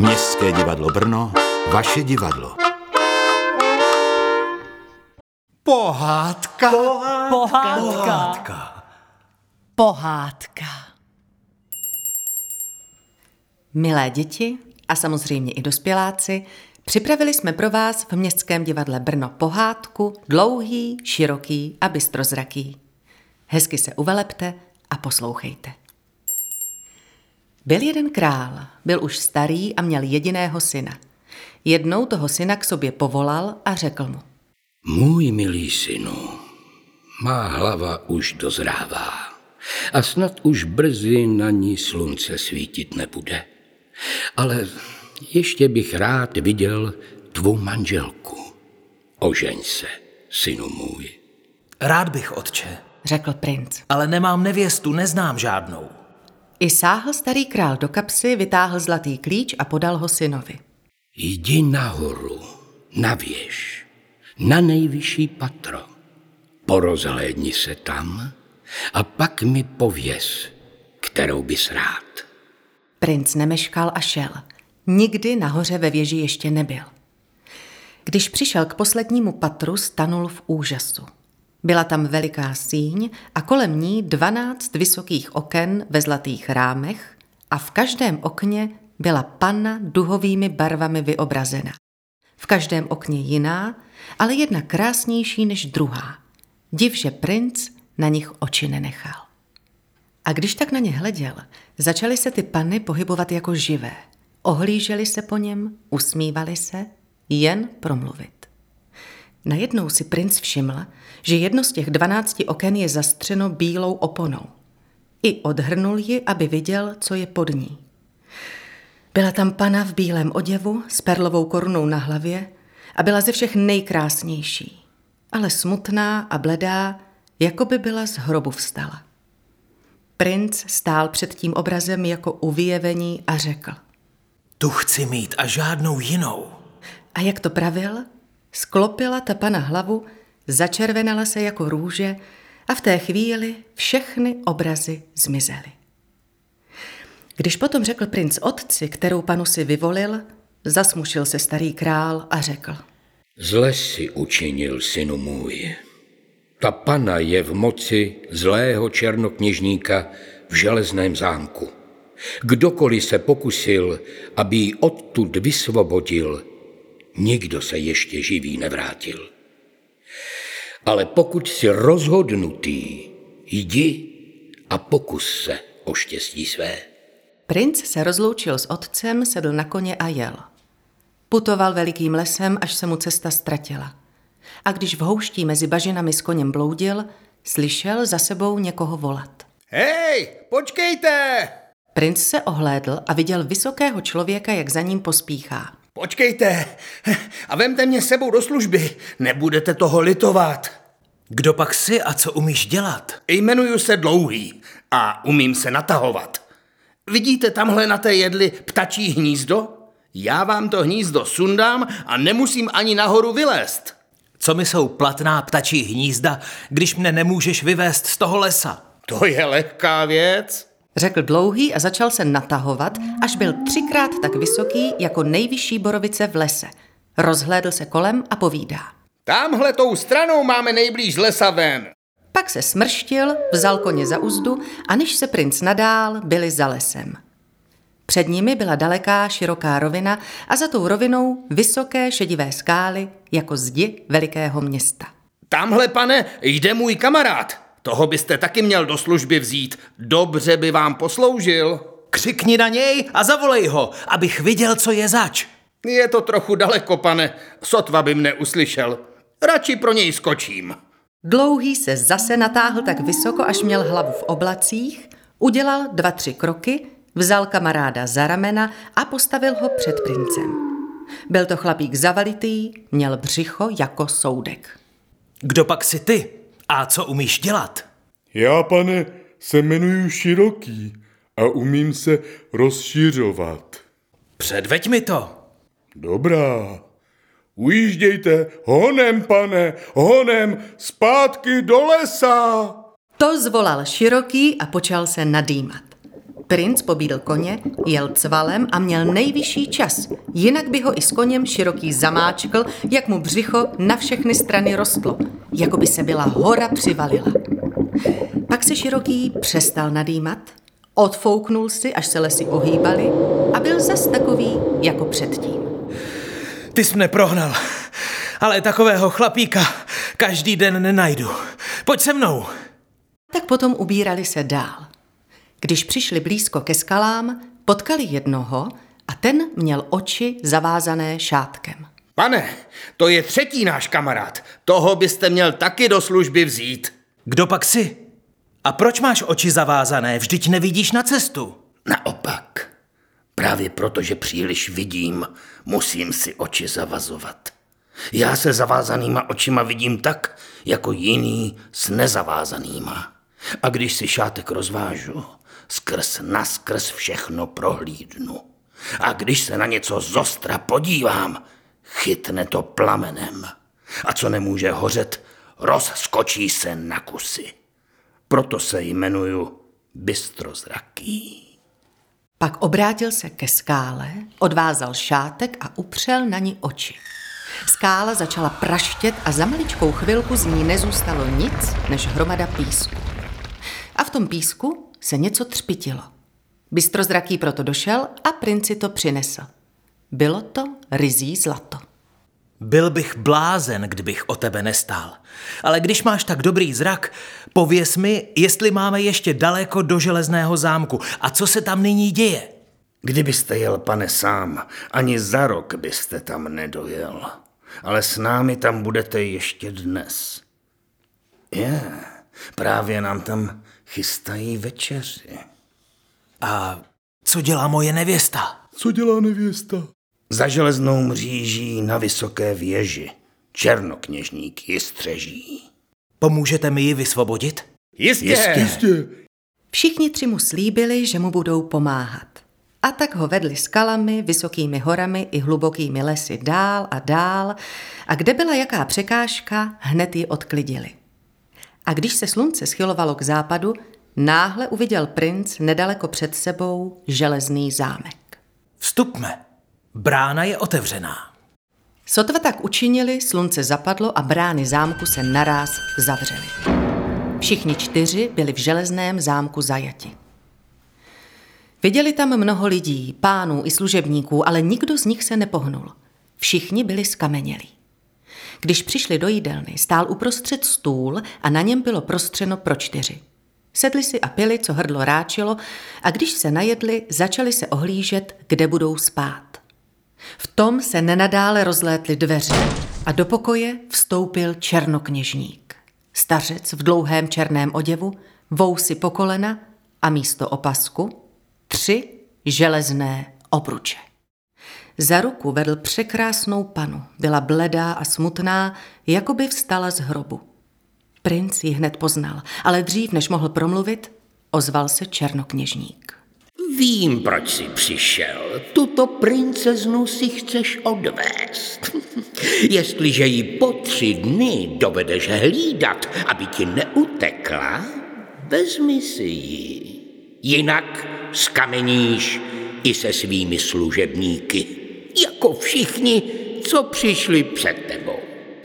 Městské divadlo Brno, vaše divadlo. Pohádka. Milé děti a samozřejmě i dospěláci, připravili jsme pro vás v Městském divadle Brno pohádku Dlouhý, široký a bystrozraký. Hezky se uvelepte a poslouchejte. Byl jeden král, byl už starý a měl jediného syna. Jednou toho syna k sobě povolal a řekl mu: Můj milý synu, má hlava už dozrává a snad už brzy na ní slunce svítit nebude. Ale ještě bych rád viděl tvou manželku. Ožeň se, synu můj. Rád bych, otče, řekl princ. ale nemám nevěstu, neznám žádnou. I sáhl starý král do kapsy, vytáhl zlatý klíč a podal ho synovi. Jdi nahoru, na věž, na nejvyšší patro. Porozhlédni se tam a pak mi pověz, kterou bys rád. Princ nemeškal a šel. Nikdy nahoře ve věži ještě nebyl. Když přišel k poslednímu patru, stanul v úžasu. Byla tam veliká síň a kolem ní 12 vysokých oken ve zlatých rámech a v každém okně byla panna duhovými barvami vyobrazena. V každém okně jiná, ale jedna krásnější než druhá. Div, že princ na nich oči nenechal. A když tak na ně hleděl, začaly se ty panny pohybovat jako živé. Ohlíželi se po něm, usmívali se, jen promluvit. Najednou si princ všiml, že jedno z těch 12 oken je zastřeno bílou oponou. I odhrnul ji, aby viděl, co je pod ní. Byla tam panna v bílém oděvu s perlovou korunou na hlavě a byla ze všech nejkrásnější, ale smutná a bledá, jako by byla z hrobu vstala. Princ stál před tím obrazem jako u vyjevení a řekl: Tu chci mít a žádnou jinou. A jak to pravil, sklopila ta panna hlavu, začervenala se jako růže a v té chvíli všechny obrazy zmizely. Když potom řekl princ otci, kterou panu si vyvolil, zasmušil se starý král a řekl: Zle si učinil, synu můj. Ta panna je v moci zlého černokněžníka v železném zámku. Kdokoliv se pokusil, aby ji odtud vysvobodil, nikdo se ještě živý nevrátil. Ale pokud jsi rozhodnutý, jdi a pokus se o štěstí své. Princ se rozloučil s otcem, sedl na koně a jel. Putoval velikým lesem, až se mu cesta ztratila. A když v houští mezi bažinami s koněm bloudil, slyšel za sebou někoho volat. Hej, počkejte! Princ se ohlédl a viděl vysokého člověka, jak za ním pospíchá. Počkejte a vemte mě s sebou do služby, nebudete toho litovat. Kdo pak jsi a co umíš dělat? Jmenuji se Dlouhý a umím se natahovat. Vidíte tamhle na té jedli ptačí hnízdo? Já vám to hnízdo sundám a nemusím ani nahoru vylézt. Co mi jsou platná ptačí hnízda, když mne nemůžeš vyvést z toho lesa? To je lehká věc. Řekl Dlouhý a začal se natahovat, až byl 3krát tak vysoký jako nejvyšší borovice v lese. Rozhlédl se kolem a povídá. Támhle tou stranou máme nejblíž lesa ven. Pak se smrštil, vzal koně za uzdu a než se princ nadál, byli za lesem. Před nimi byla daleká, široká rovina a za tou rovinou vysoké šedivé skály jako zdi velikého města. Tamhle, pane, jde můj kamarád. Toho byste taky měl do služby vzít. Dobře by vám posloužil. Křikni na něj a zavolej ho, abych viděl, co je zač. Je to trochu daleko, pane. Sotva by mne uslyšel. Radši pro něj skočím. Dlouhý se zase natáhl tak vysoko, až měl hlavu v oblacích, udělal 2-3 kroky, vzal kamaráda za ramena a postavil ho před princem. Byl to chlapík zavalitý, měl břicho jako soudek. Kdo pak jsi ty a co umíš dělat? Já, pane, se jmenuji Široký a umím se rozšiřovat. Předveď mi to. Dobrá. Ujíždějte, honem, pane, honem, zpátky do lesa. To zvolal Široký a počal se nadýmat. Princ pobídl koně, jel cvalem a měl nejvyšší čas, jinak by ho i s koněm Široký zamáčkl, jak mu břicho na všechny strany rostlo, jako by se byla hora přivalila. Pak se Široký přestal nadýmat, odfouknul si, až se lesy ohýbaly a byl zas takový jako předtím. Ty jsi mne prohnal, ale takového chlapíka každý den nenajdu. Pojď se mnou. Tak potom ubírali se dál. Když přišli blízko ke skalám, potkali jednoho a ten měl oči zavázané šátkem. Pane, to je třetí náš kamarád. Toho byste měl taky do služby vzít. Kdo pak jsi? A proč máš oči zavázané? Vždyť nevidíš na cestu. Naopak. Právě proto, že příliš vidím, musím si oči zavazovat. Já se zavázanýma očima vidím tak, jako jiný s nezavázanýma. A když si šátek rozvážu, skrz naskrz všechno prohlídnu. A když se na něco zostra podívám, chytne to plamenem. A co nemůže hořet, rozskočí se na kusy. Proto se jmenuju Bystrozraký. Pak obrátil se ke skále, odvázal šátek a upřel na ní oči. Skála začala praštět a za maličkou chvilku z ní nezůstalo nic než hromada písku. A v tom písku se něco třpitilo. Bystrozraký proto došel a princi to přinesl. Bylo to ryzí zlato. Byl bych blázen, kdybych o tebe nestál. Ale když máš tak dobrý zrak, pověz mi, jestli máme ještě daleko do Železného zámku a co se tam nyní děje. Kdybyste jel, pane, sám, ani za rok byste tam nedojel. Ale s námi tam budete ještě dnes. Právě nám tam chystají večeři. A co dělá moje nevěsta? Co dělá nevěsta? Za železnou mříží na vysoké věži černokněžník ji střeží. Pomůžete mi ji vysvobodit? Jistě. Všichni tři mu slíbili, že mu budou pomáhat. A tak ho vedli skalami, vysokými horami i hlubokými lesy dál a kde byla jaká překážka, hned ji odklidili. A když se slunce schylovalo k západu, náhle uviděl princ nedaleko před sebou železný zámek. Vstupme, brána je otevřená. Sotva tak učinili, slunce zapadlo a brány zámku se naráz zavřely. Všichni čtyři byli v železném zámku zajati. Viděli tam mnoho lidí, pánů i služebníků, ale nikdo z nich se nepohnul. Všichni byli skamenělí. Když přišli do jídelny, stál uprostřed stůl a na něm bylo prostřeno pro 4. Sedli si a pili, co hrdlo ráčilo, a když se najedli, začali se ohlížet, kde budou spát. V tom se nenadále rozlétly dveře a do pokoje vstoupil černokněžník. Stařec v dlouhém černém oděvu, vousy po kolena a místo opasku 3 železné obruče. Za ruku vedl překrásnou panu, byla bledá a smutná, jako by vstala z hrobu. Princ ji hned poznal, ale dřív, než mohl promluvit, ozval se černokněžník. Vím, proč jsi přišel. Tuto princeznu si chceš odvést. Jestliže ji po 3 dny dovedeš hlídat, aby ti neutekla, vezmi si ji. Jinak skameníš i se svými služebníky, jako všichni, co přišli před tebou.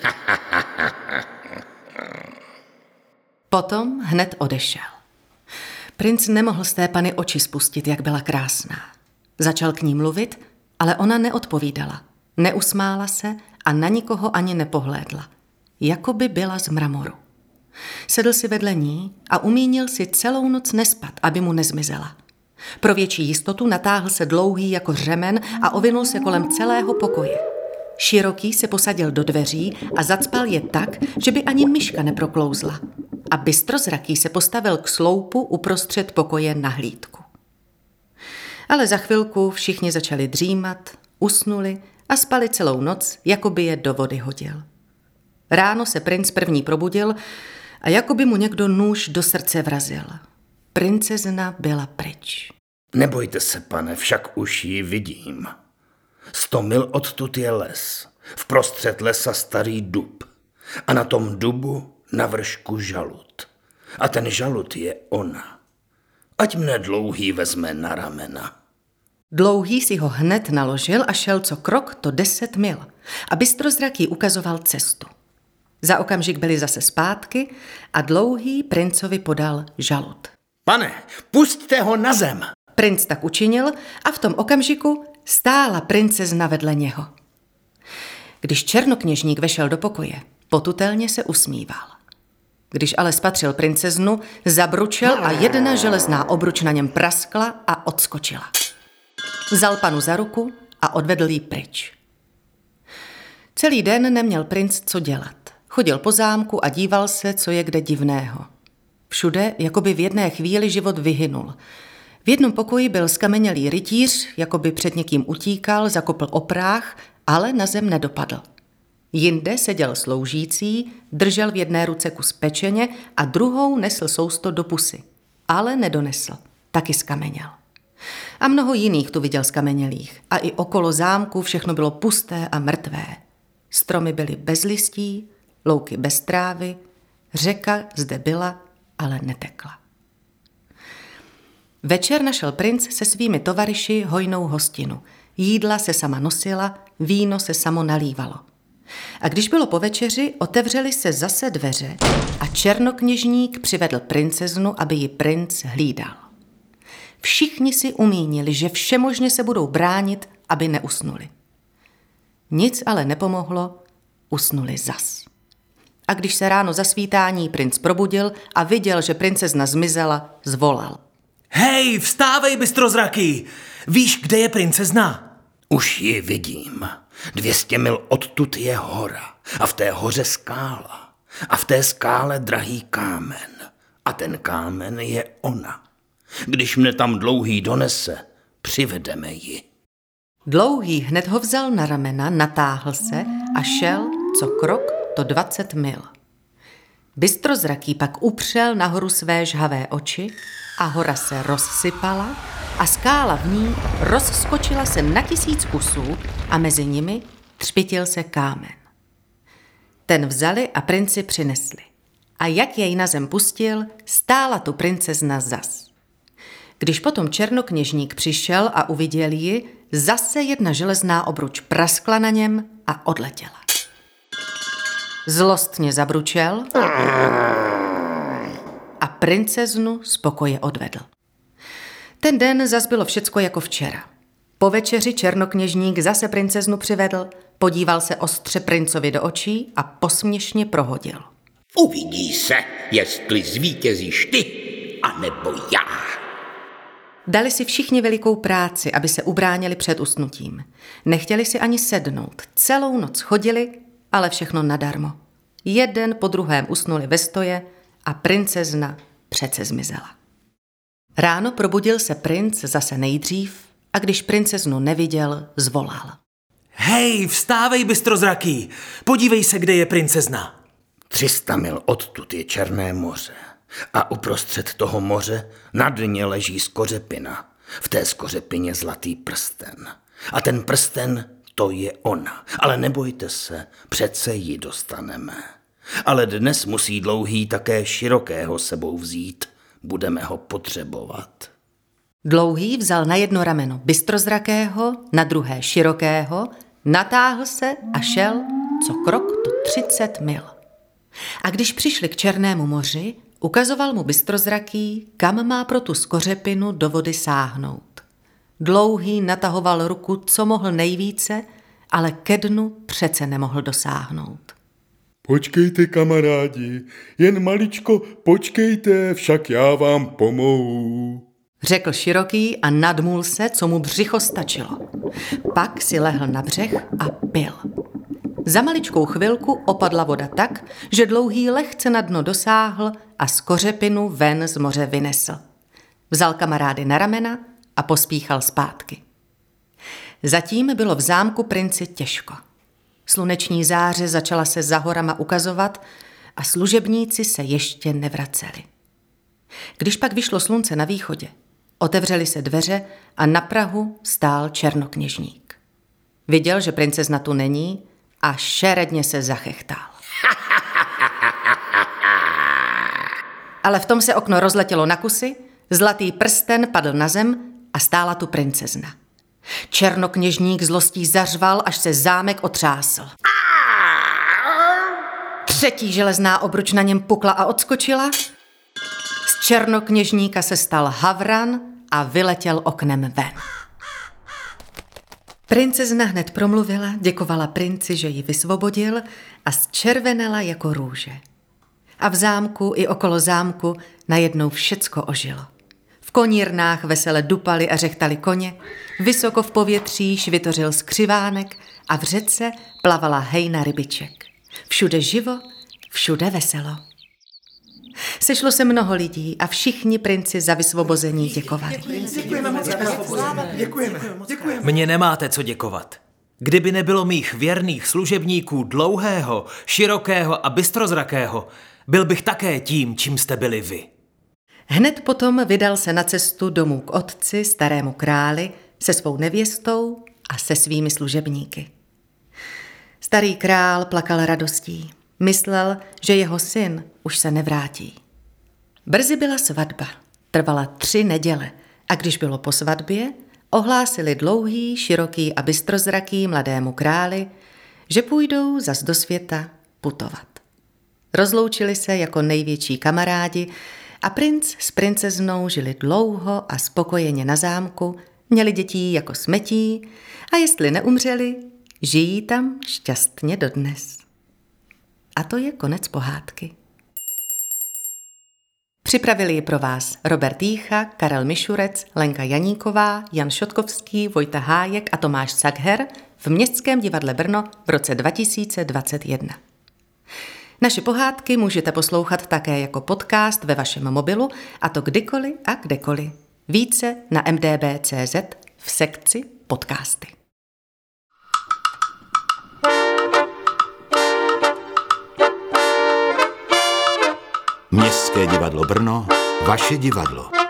Potom hned odešel. Princ nemohl z té pany oči spustit, jak byla krásná. Začal k ní mluvit, ale ona neodpovídala. Neusmála se a na nikoho ani nepohlédla. Jako by byla z mramoru. Sedl si vedle ní a umínil si celou noc nespat, aby mu nezmizela. Pro větší jistotu natáhl se dlouhý jako řemen a ovinul se kolem celého pokoje. Široký se posadil do dveří a zacpal je tak, že by ani myška neproklouzla. A Bystrozraký se postavil k sloupu uprostřed pokoje na hlídku. Ale za chvilku všichni začali dřímat, usnuli a spali celou noc, jako by je do vody hodil. Ráno se princ první probudil a jako by mu někdo nůž do srdce vrazil. Princezna byla pryč. Nebojte se, pane, však už ji vidím. 100 mil odtud je les. Vprostřed lesa starý dub. A na tom dubu na vršku žalud. A ten žalud je ona. ať mne Dlouhý vezme na ramena. Dlouhý si ho hned naložil a šel co krok, to 10 mil. A Bystrozraký ukazoval cestu. Za okamžik byli zase zpátky a Dlouhý princovi podal žalud. Pane, pusťte ho na zem. Princ tak učinil a v tom okamžiku stála princezna vedle něho. Když černokněžník vešel do pokoje, potutelně se usmíval. Když ale spatřil princeznu, zabručel a jedna železná obruč na něm praskla a odskočila. Vzal panu za ruku a odvedl ji pryč. Celý den neměl princ co dělat. Chodil po zámku a díval se, co je kde divného. Všude, jakoby v jedné chvíli život vyhynul. V jednom pokoji byl skamenělý rytíř, jakoby před někým utíkal, zakopl o práh, ale na zem nedopadl. Jinde seděl sloužící, držel v jedné ruce kus pečeně a druhou nesl sousto do pusy. Ale nedonesl, taky skameněl. A mnoho jiných tu viděl skamenělých. A i okolo zámku všechno bylo pusté a mrtvé. Stromy byly bez listí, louky bez trávy, řeka zde byla, ale netekla. Večer našel princ se svými tovaryši hojnou hostinu. Jídla se sama nosila, víno se samo nalívalo. A když bylo po večeři, otevřely se zase dveře a černokněžník přivedl princeznu, aby ji princ hlídal. Všichni si umínili, že všemožně se budou bránit, aby neusnuli. Nic ale nepomohlo, usnuli zas. A když se ráno za svítání princ probudil a viděl, že princezna zmizela, zvolal. Hej, vstávej, Bystrozraký! Víš, kde je princezna? Už ji vidím. 200 mil odtud je hora. A v té hoře skála. A v té skále drahý kámen. A ten kámen je ona. Když mne tam Dlouhý donese, přivedeme ji. Dlouhý hned ho vzal na ramena, natáhl se a šel, co krok, to 20 mil. Bystrozraký pak upřel nahoru své žhavé oči a hora se rozsypala a skála v ní rozskočila se na 1000 kusů a mezi nimi třpitil se kámen. Ten vzali a princi přinesli. A jak jej na zem pustil, stála tu princezna zas. Když potom černokněžník přišel a uviděl ji, zase jedna železná obruč praskla na něm a odletěla. Zlostně zabručel a princeznu z pokoje odvedl. Ten den zas bylo všecko jako včera. Po večeři černokněžník zase princeznu přivedl, podíval se ostře princovi do očí a posměšně prohodil. Uvidí se, jestli zvítězíš ty, anebo já. Dali si všichni velikou práci, aby se ubránili před usnutím. Nechtěli si ani sednout. Celou noc chodili, ale všechno nadarmo. Jeden po druhém usnuli ve stoje a princezna přece zmizela. Ráno probudil se princ zase nejdřív a když princeznu neviděl, zvolal. Hej, vstávej, Bystrozraký! Podívej se, kde je princezna. 300 mil odtud je Černé moře. A uprostřed toho moře na dně leží skořepina. V té skořepině zlatý prsten. A ten prsten, to je ona. Ale nebojte se, přece ji dostaneme. Ale dnes musí Dlouhý také Širokého sebou vzít. Budeme ho potřebovat. Dlouhý vzal na jedno rameno Bystrozrakého, na druhé Širokého, natáhl se a šel, co krok, to 30 mil. A když přišli k Černému moři, ukazoval mu Bystrozraký, kam má pro tu skořepinu do vody sáhnout. Dlouhý natahoval ruku, co mohl nejvíce, ale ke dnu přece nemohl dosáhnout. Počkejte, kamarádi, jen maličko počkejte, však já vám pomohu. Řekl Široký a nadmul se, co mu břicho stačilo. Pak si lehl na břeh a pil. Za maličkou chvilku opadla voda tak, že Dlouhý lehce na dno dosáhl a skořepinu ven z moře vynesl. Vzal kamarády na ramena a pospíchal zpátky. Zatím bylo v zámku princi těžko. Sluneční záře začala se za horama ukazovat a služebníci se ještě nevraceli. Když pak vyšlo slunce na východě, otevřely se dveře a na prahu stál černokněžník. Viděl, že princezna tu není a šeredně se zachechtal. Ale v tom se okno rozletělo na kusy Zlatý prsten padl na zem a stála tu princezna. Černokněžník zlostí zařval, až se zámek otřásl. Třetí železná obruč na něm pukla a odskočila. Z černokněžníka se stal havran a vyletěl oknem ven. Princezna hned promluvila, děkovala princi, že ji vysvobodil a zčervenala jako růže. A v zámku i okolo zámku najednou všecko ožilo. V konírnách vesele dupali a řechtali koně, vysoko v povětří švitořil skřivánek a v řece plavala hejna rybiček. Všude živo, všude veselo. Sešlo se mnoho lidí a všichni princi za vysvobození děkovali. Mně nemáte co děkovat. Kdyby nebylo mých věrných služebníků Dlouhého, Širokého a Bystrozrakého, byl bych také tím, čím jste byli vy. Hned potom vydal se na cestu domů k otci, starému králi, se svou nevěstou a se svými služebníky. Starý král plakal radostí. Myslel, že jeho syn už se nevrátí. Brzy byla svatba. Trvala 3 neděle a když bylo po svatbě, ohlásili Dlouhý, Široký a Bystrozraký mladému králi, že půjdou zas do světa putovat. Rozloučili se jako největší kamarádi a princ s princeznou žili dlouho a spokojeně na zámku, měli dětí jako smetí a jestli neumřeli, žijí tam šťastně dodnes. A to je konec pohádky. Připravili ji pro vás Robert Jícha, Karel Mišurec, Lenka Janíková, Jan Šotkovský, Vojta Hájek a Tomáš Sagher v Městském divadle Brno v roce 2021. Naše pohádky můžete poslouchat také jako podcast ve vašem mobilu, a to kdykoliv a kdekoliv. Více na mdb.cz v sekci podcasty. Městské divadlo Brno, vaše divadlo.